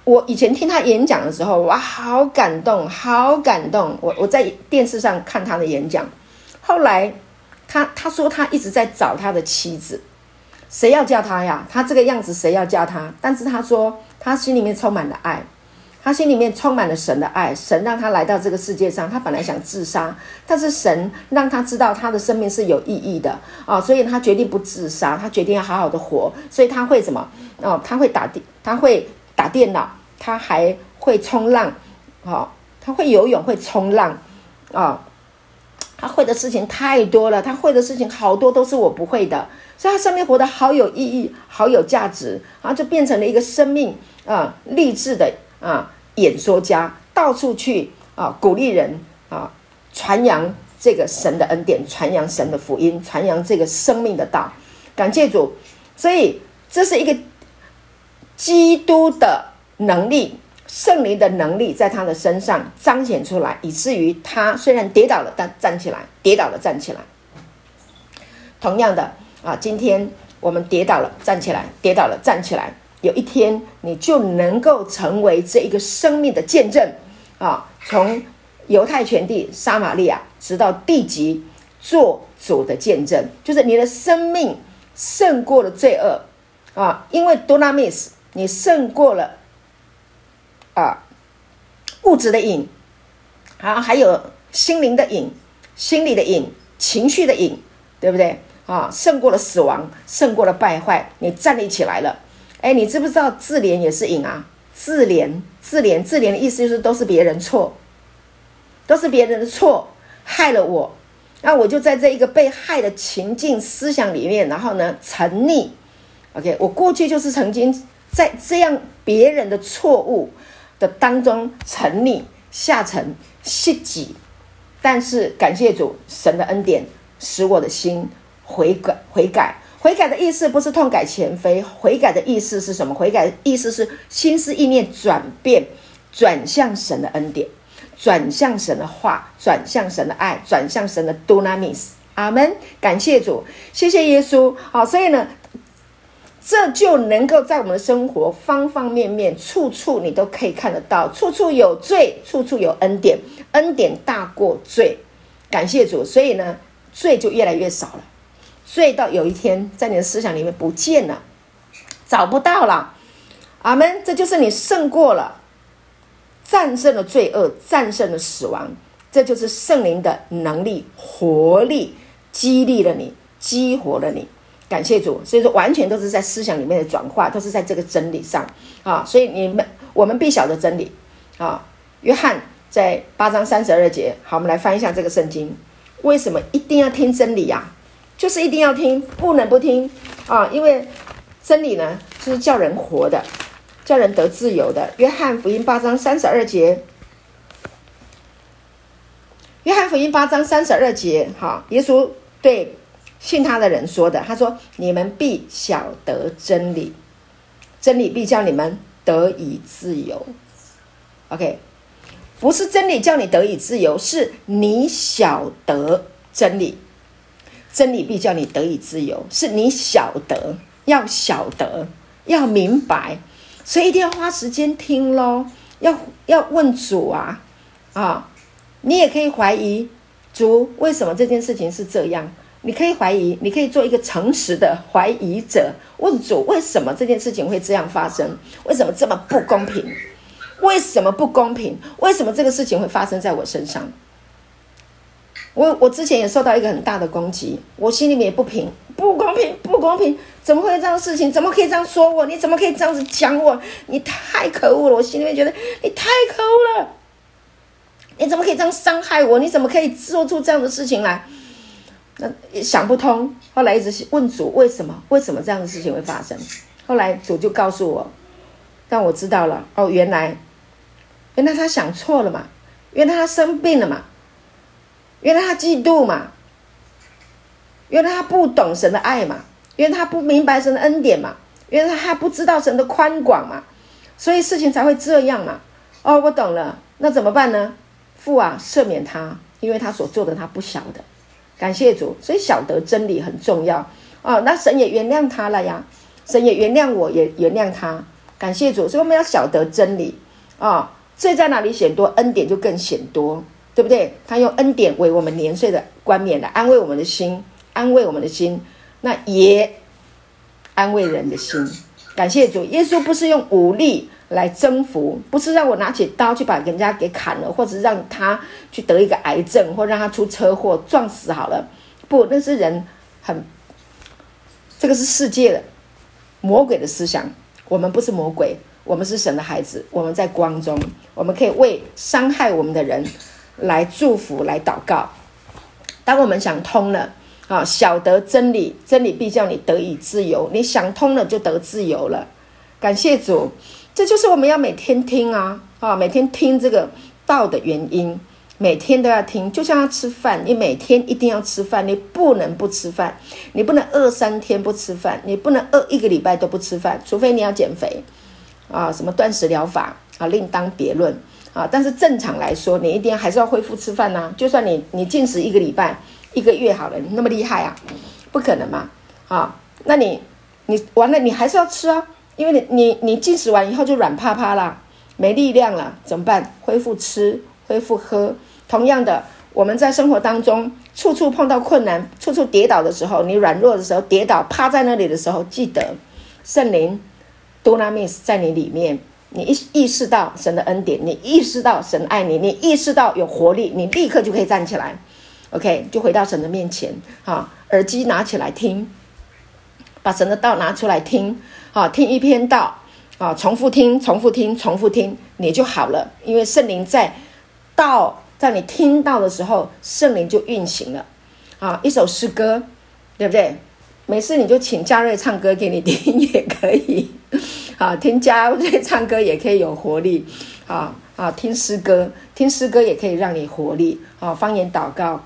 我以前听他演讲的时候，哇，好感动，好感动。我我在电视上看他的演讲，后来他他说他一直在找他的妻子，谁要嫁他呀？他这个样子谁要嫁他？但是他说他心里面充满了爱，他心里面充满了神的爱，神让他来到这个世界上，他本来想自杀，但是神让他知道他的生命是有意义的啊，所以他决定不自杀，他决定要好好的活，所以他会什么？哦，他会打他会打电脑，他还会冲浪，哦，他会游泳，会冲浪啊。他会的事情太多了，他会的事情好多都是我不会的，所以他生命活得好有意义，好有价值，然后就变成了一个生命啊励志的啊演说家，到处去啊鼓励人啊传扬这个神的恩典，传扬神的福音，传扬这个生命的道。感谢主，所以这是一个基督的能力。圣灵的能力在他的身上彰显出来，以至于他虽然跌倒了，但站起来，跌倒了站起来。同样的啊，今天我们跌倒了站起来，跌倒了站起来，有一天你就能够成为这一个生命的见证啊！从犹太全地撒玛利亚直到地极，做主的见证，就是你的生命胜过了罪恶啊！因为 dunamis 你胜过了。啊，物质的瘾，啊，还有心灵的瘾，心理的瘾，情绪的瘾，对不对？啊，胜过了死亡，胜过了败坏，你站立起来了。哎，你知不知道自怜也是瘾啊？自怜，自怜，自怜的意思就是都是别人错，都是别人的错，害了我，那我就在这一个被害的情境思想里面，然后呢沉溺。OK， 我过去就是曾经在这样别人的错误的当中沉溺下沉陷己，但是感谢主，神的恩典使我的心悔改。悔改悔改的意思不是痛改前非，悔改的意思是什么？悔改的意思是心思意念转变，转向神的恩典，转向神的话，转向神的爱，转向神的 dunamis。 阿们，感谢主，谢谢耶稣。好，所以呢这就能够在我们的生活方方面面，处处你都可以看得到，处处有罪，处处有恩典，恩典大过罪。感谢主，所以呢，罪就越来越少了，罪到有一天在你的思想里面不见了，找不到了。阿们，这就是你胜过了，战胜了罪恶，战胜了死亡，这就是圣灵的能力、活力，激励了你，激活了你。感谢主，所以说完全都是在思想里面的转化，都是在这个真理上啊。所以你们我们必晓得真理啊。约翰在八章三十二节，好，我们来翻一下这个圣经。为什么一定要听真理呀、啊？就是一定要听，不能不听啊！因为真理呢，就是叫人活的，叫人得自由的。约翰福音八章三十二节，约翰福音八章三十二节，好，耶稣对信他的人说的，他说：“你们必晓得真理，真理必叫你们得以自由。” OK， 不是真理叫你得以自由，是你晓得真理，真理必叫你得以自由，是你晓得，要晓得，要明白，所以一定要花时间听咯，要要问主啊啊！你也可以怀疑主为什么这件事情是这样。你可以怀疑，你可以做一个诚实的怀疑者，问主为什么这件事情会这样发生？为什么这么不公平？为什么不公平？为什么这个事情会发生在我身上？我我之前也受到一个很大的攻击，我心里面也不平，不公平，不公平！怎么会有这样的事情？怎么可以这样说我？你怎么可以这样子讲我？你太可恶了！我心里面觉得你太可恶了！你怎么可以这样伤害我？你怎么可以做出这样的事情来？那想不通，后来一直问主为什么？为什么这样的事情会发生？后来主就告诉我，让我知道了。哦，原来，原来他想错了嘛，原来他生病了嘛，原来他嫉妒嘛，原来他不懂神的爱嘛，原来他不明白神的恩典嘛，原来他不知道神的宽广嘛，所以事情才会这样嘛。哦，我懂了，那怎么办呢？父啊，赦免他，因为他所做的他不晓得。感谢主，所以晓得真理很重要哦。那神也原谅他了呀，神也原谅我，也原谅他感谢主，所以我们要晓得真理啊。罪在哪里显多，恩典就更显多，对不对？他用恩典为我们年岁的冠冕来安慰我们的心，安慰我们的心，那也安慰人的心。感谢主，耶稣不是用武力来征服，不是让我拿起刀去把人家给砍了，或者让他去得一个癌症，或让他出车祸撞死好了。不，那是人很，这个是世界的魔鬼的思想。我们不是魔鬼，我们是神的孩子，我们在光中，我们可以为伤害我们的人来祝福，来祷告。当我们想通了啊，晓得真理，真理必叫你得以自由，你想通了就得自由了。感谢主，这就是我们要每天听啊啊，每天听这个道的原因，每天都要听，就像要吃饭，你每天一定要吃饭，你不能不吃饭，你不能饿三天不吃饭，你不能饿一个礼拜都不吃饭，除非你要减肥啊，什么断食疗法啊，另当别论啊。但是正常来说，你一定还是要恢复吃饭啊。就算你你禁食一个礼拜、一个月好了，你那么厉害啊？不可能嘛啊！那你你完了，你还是要吃啊，因为你你你禁食完以后就软趴趴啦，没力量了，怎么办？恢复吃，恢复喝。同样的，我们在生活当中处处碰到困难，处处跌倒的时候，你软弱的时候跌倒趴在那里的时候，记得圣灵多纳密斯在你里面，你意意识到神的恩典，你意识到神爱你，你意识到有活力，你立刻就可以站起来 OK， 就回到神的面前啊，耳机拿起来听，把神的道拿出来听啊，听一篇道啊，重复听重复听重复听，你就好了。因为圣灵在道在你听到的时候，圣灵就运行了啊。一首诗歌，对不对？没事你就请嘉瑞唱歌给你听也可以啊，听嘉瑞唱歌也可以有活力啊啊，听诗歌听诗歌也可以让你活力啊。方言祷告，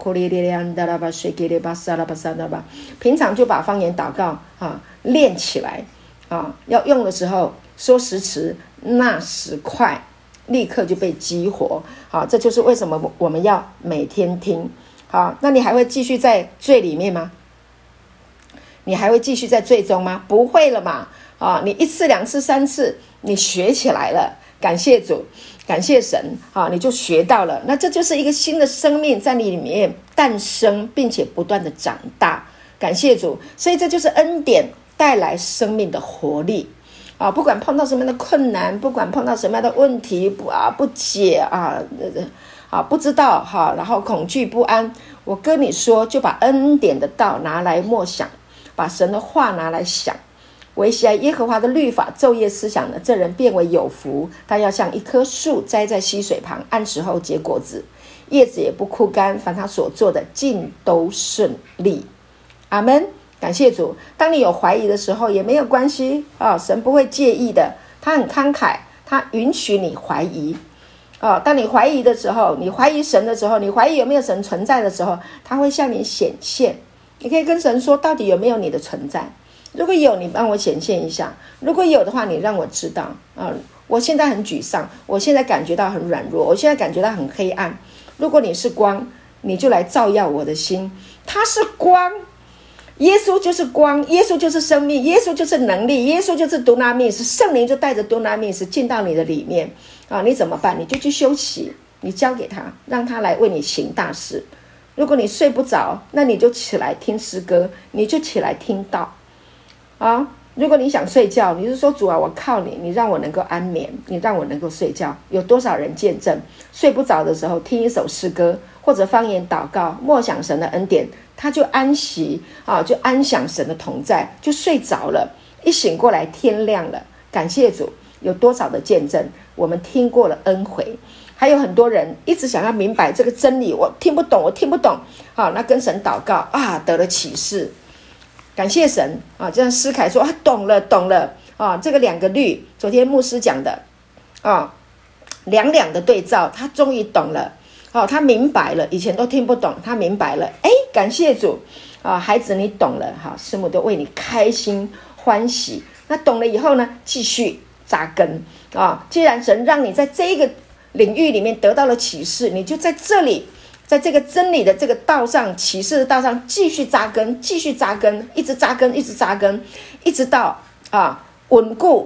平常就把方言祷告啊练起来啊，要用的时候说时迟那时快，立刻就被激活啊！这就是为什么我们要每天听啊。那你还会继续在罪里面吗？你还会继续在罪中吗？不会了嘛啊！你一次两次三次你学起来了，感谢主，感谢神啊！你就学到了，那这就是一个新的生命在你里面诞生，并且不断的长大，感谢主。所以这就是恩典带来生命的活力啊！不管碰到什么样的困难，不管碰到什么样的问题，不啊不解啊啊不知道哈、啊，然后恐惧不安，我跟你说，就把恩典的道拿来默想，把神的话拿来想，维系在耶和华的律法，昼夜思想的，这人变为有福。他要像一棵树栽在溪水旁，按时候结果子，叶子也不枯干，凡他所做的尽都顺利。阿们。感谢主。当你有怀疑的时候也没有关系啊，神不会介意的，他很慷慨，他允许你怀疑啊。当你怀疑的时候，你怀疑神的时候，你怀疑有没有神存在的时候，他会向你显现。你可以跟神说，到底有没有你的存在？如果有，你帮我显现一下；如果有的话，你让我知道啊。我现在很沮丧，我现在感觉到很软弱，我现在感觉到很黑暗。如果你是光，你就来照耀我的心。他是光，耶稣就是光，耶稣就是生命，耶稣就是能力，耶稣就是多纳密斯，圣灵就带着多纳密斯进到你的里面啊！你怎么办？你就去休息，你交给他，让他来为你行大事。如果你睡不着，那你就起来听诗歌，你就起来听道啊！如果你想睡觉，你是说主啊，我靠你，你让我能够安眠，你让我能够睡觉。有多少人见证睡不着的时候听一首诗歌，或者方言祷告，默想神的恩典，他就安息啊，就安享神的同在，就睡着了。一醒过来天亮了，感谢主。有多少的见证我们听过了恩回，还有很多人一直想要明白这个真理，我听不懂我听不懂好，那跟神祷告啊，得了启示，感谢神啊！就像诗凯说啊，懂了懂了啊，这个两个律，昨天牧师讲的啊，两两的对照，他终于懂了哦，他明白了，以前都听不懂，他明白了，哎，感谢主啊，孩子你懂了哈，师母都为你开心欢喜。那懂了以后呢，继续扎根啊！既然神让你在这个领域里面得到了启示，你就在这里，在这个真理的这个道上，启示的道上继续扎根，继续扎根，一直扎根，一直扎根，一直到啊稳固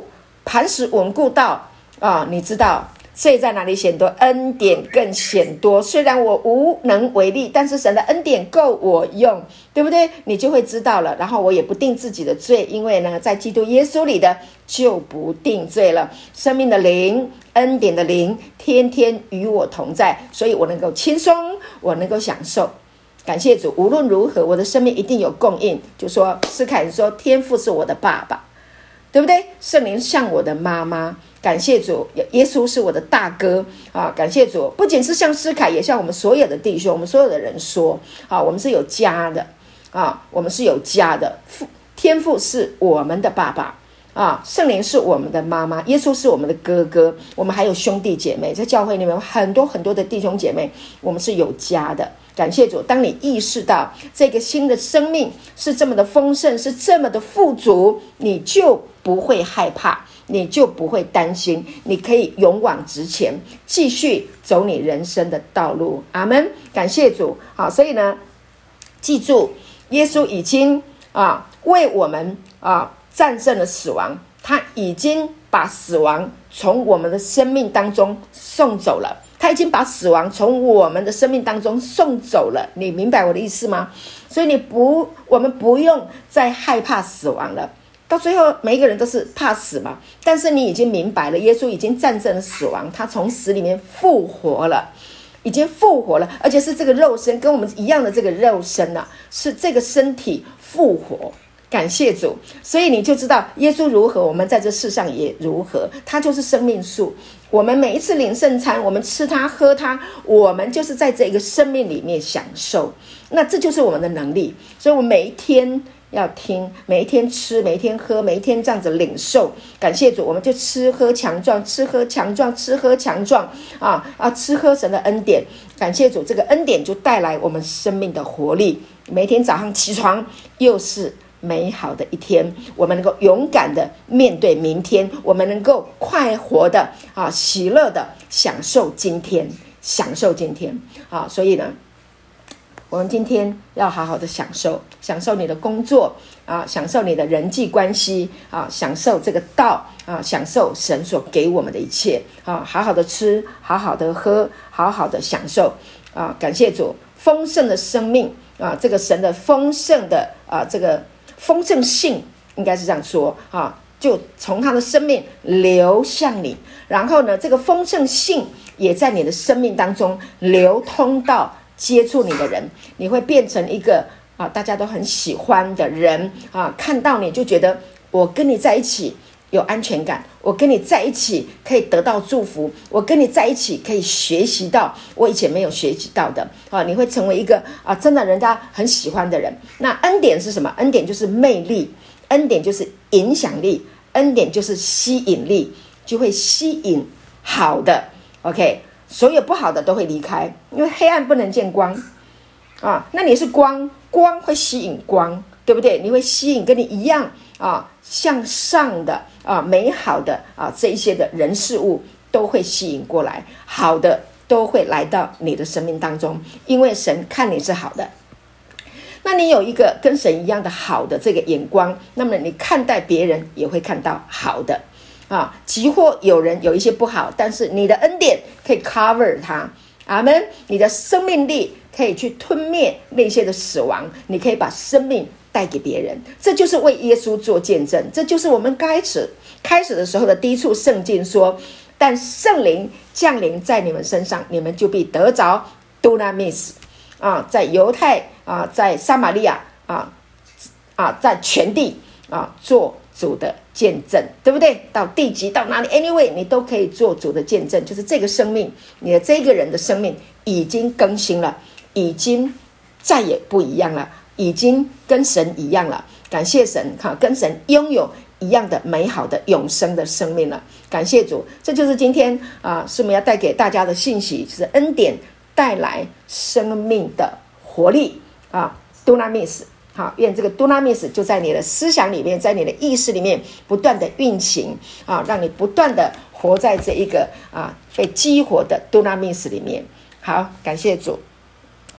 磐石稳固到啊，你知道罪在哪里显多，恩典更显多。虽然我无能为力，但是神的恩典够我用，对不对？你就会知道了。然后我也不定自己的罪，因为呢，在基督耶稣里的就不定罪了。生命的灵，恩典的灵，天天与我同在，所以我能够轻松，我能够享受。感谢主，无论如何，我的生命一定有供应。就说诗凯说，天父是我的爸爸，对不对？圣灵像我的妈妈。感谢主，耶稣是我的大哥啊！感谢主，不仅是像诗凯，也像我们所有的弟兄，我们所有的人说啊，我们是有家的啊，我们是有家的。父天父是我们的爸爸啊，圣灵是我们的妈妈，耶稣是我们的哥哥，我们还有兄弟姐妹，在教会里面有很多很多的弟兄姐妹，我们是有家的。感谢主，当你意识到这个新的生命是这么的丰盛，是这么的富足，你就不会害怕，你就不会担心，你可以勇往直前，继续走你人生的道路。阿们，感谢主。好，所以呢，记住，耶稣已经啊为我们啊战胜了死亡，他已经把死亡从我们的生命当中送走了。他已经把死亡从我们的生命当中送走了，你明白我的意思吗？所以你不，我们不用再害怕死亡了。到最后，每一个人都是怕死嘛，但是你已经明白了，耶稣已经战胜了死亡，他从死里面复活了，已经复活了，而且是这个肉身跟我们一样的这个肉身啊，是这个身体复活。感谢主，所以你就知道耶稣如何，我们在这世上也如何。他就是生命树，我们每一次领圣餐，我们吃它喝它，我们就是在这个生命里面享受，那这就是我们的能力。所以我们每一天要听，每一天吃，每一天喝，每一天这样子领受。感谢主，我们就吃喝强壮，吃喝强壮，吃喝强壮啊啊！吃喝神的恩典。感谢主，这个恩典就带来我们生命的活力。每天早上起床又是美好的一天，我们能够勇敢的面对明天，我们能够快活的啊，喜乐的享受今天，享受今天啊！所以呢，我们今天要好好的享受，享受你的工作啊，享受你的人际关系啊，享受这个道啊，享受神所给我们的一切啊，好好的吃，好好的喝，好好的享受啊！感谢主，丰盛的生命啊，这个神的丰盛的啊，这个丰盛性应该是这样说啊，就从他的生命流向你，然后呢，这个丰盛性也在你的生命当中流通到接触你的人，你会变成一个啊大家都很喜欢的人啊，看到你就觉得我跟你在一起有安全感，我跟你在一起可以得到祝福，我跟你在一起可以学习到我以前没有学习到的啊！你会成为一个啊，真的人家很喜欢的人。那恩典是什么？恩典就是魅力，恩典就是影响力，恩典就是吸引力，就会吸引好的。OK， 所有不好的都会离开，因为黑暗不能见光啊。那你是光，光会吸引光，对不对？你会吸引跟你一样啊向上的啊美好的啊这一些的人事物都会吸引过来，好的都会来到你的生命当中，因为神看你是好的。那你有一个跟神一样的好的这个眼光，那么你看待别人也会看到好的啊。即或有人有一些不好，但是你的恩典可以 cover 它。阿们，你的生命力可以去吞灭那些的死亡，你可以把生命带给别人，这就是为耶稣做见证。这就是我们开始开始的时候的第一处圣经说，但圣灵降临在你们身上，你们就必得着 dunamis 啊，在犹太啊，在撒玛利亚啊啊，在全地啊做主的见证，对不对？到地极到哪里 anyway 你都可以做主的见证，就是这个生命，你的这个人的生命已经更新了，已经再也不一样了，已经跟神一样了。感谢神哈，跟神拥有一样的美好的永生的生命了。感谢主，这就是今天啊，师母要带给大家的信息，就是恩典带来生命的活力啊 dunamis。好，愿这个 dunamis 就在你的思想里面，在你的意识里面不断的运行啊，让你不断的活在这一个啊被激活的 dunamis 里面。好，感谢主。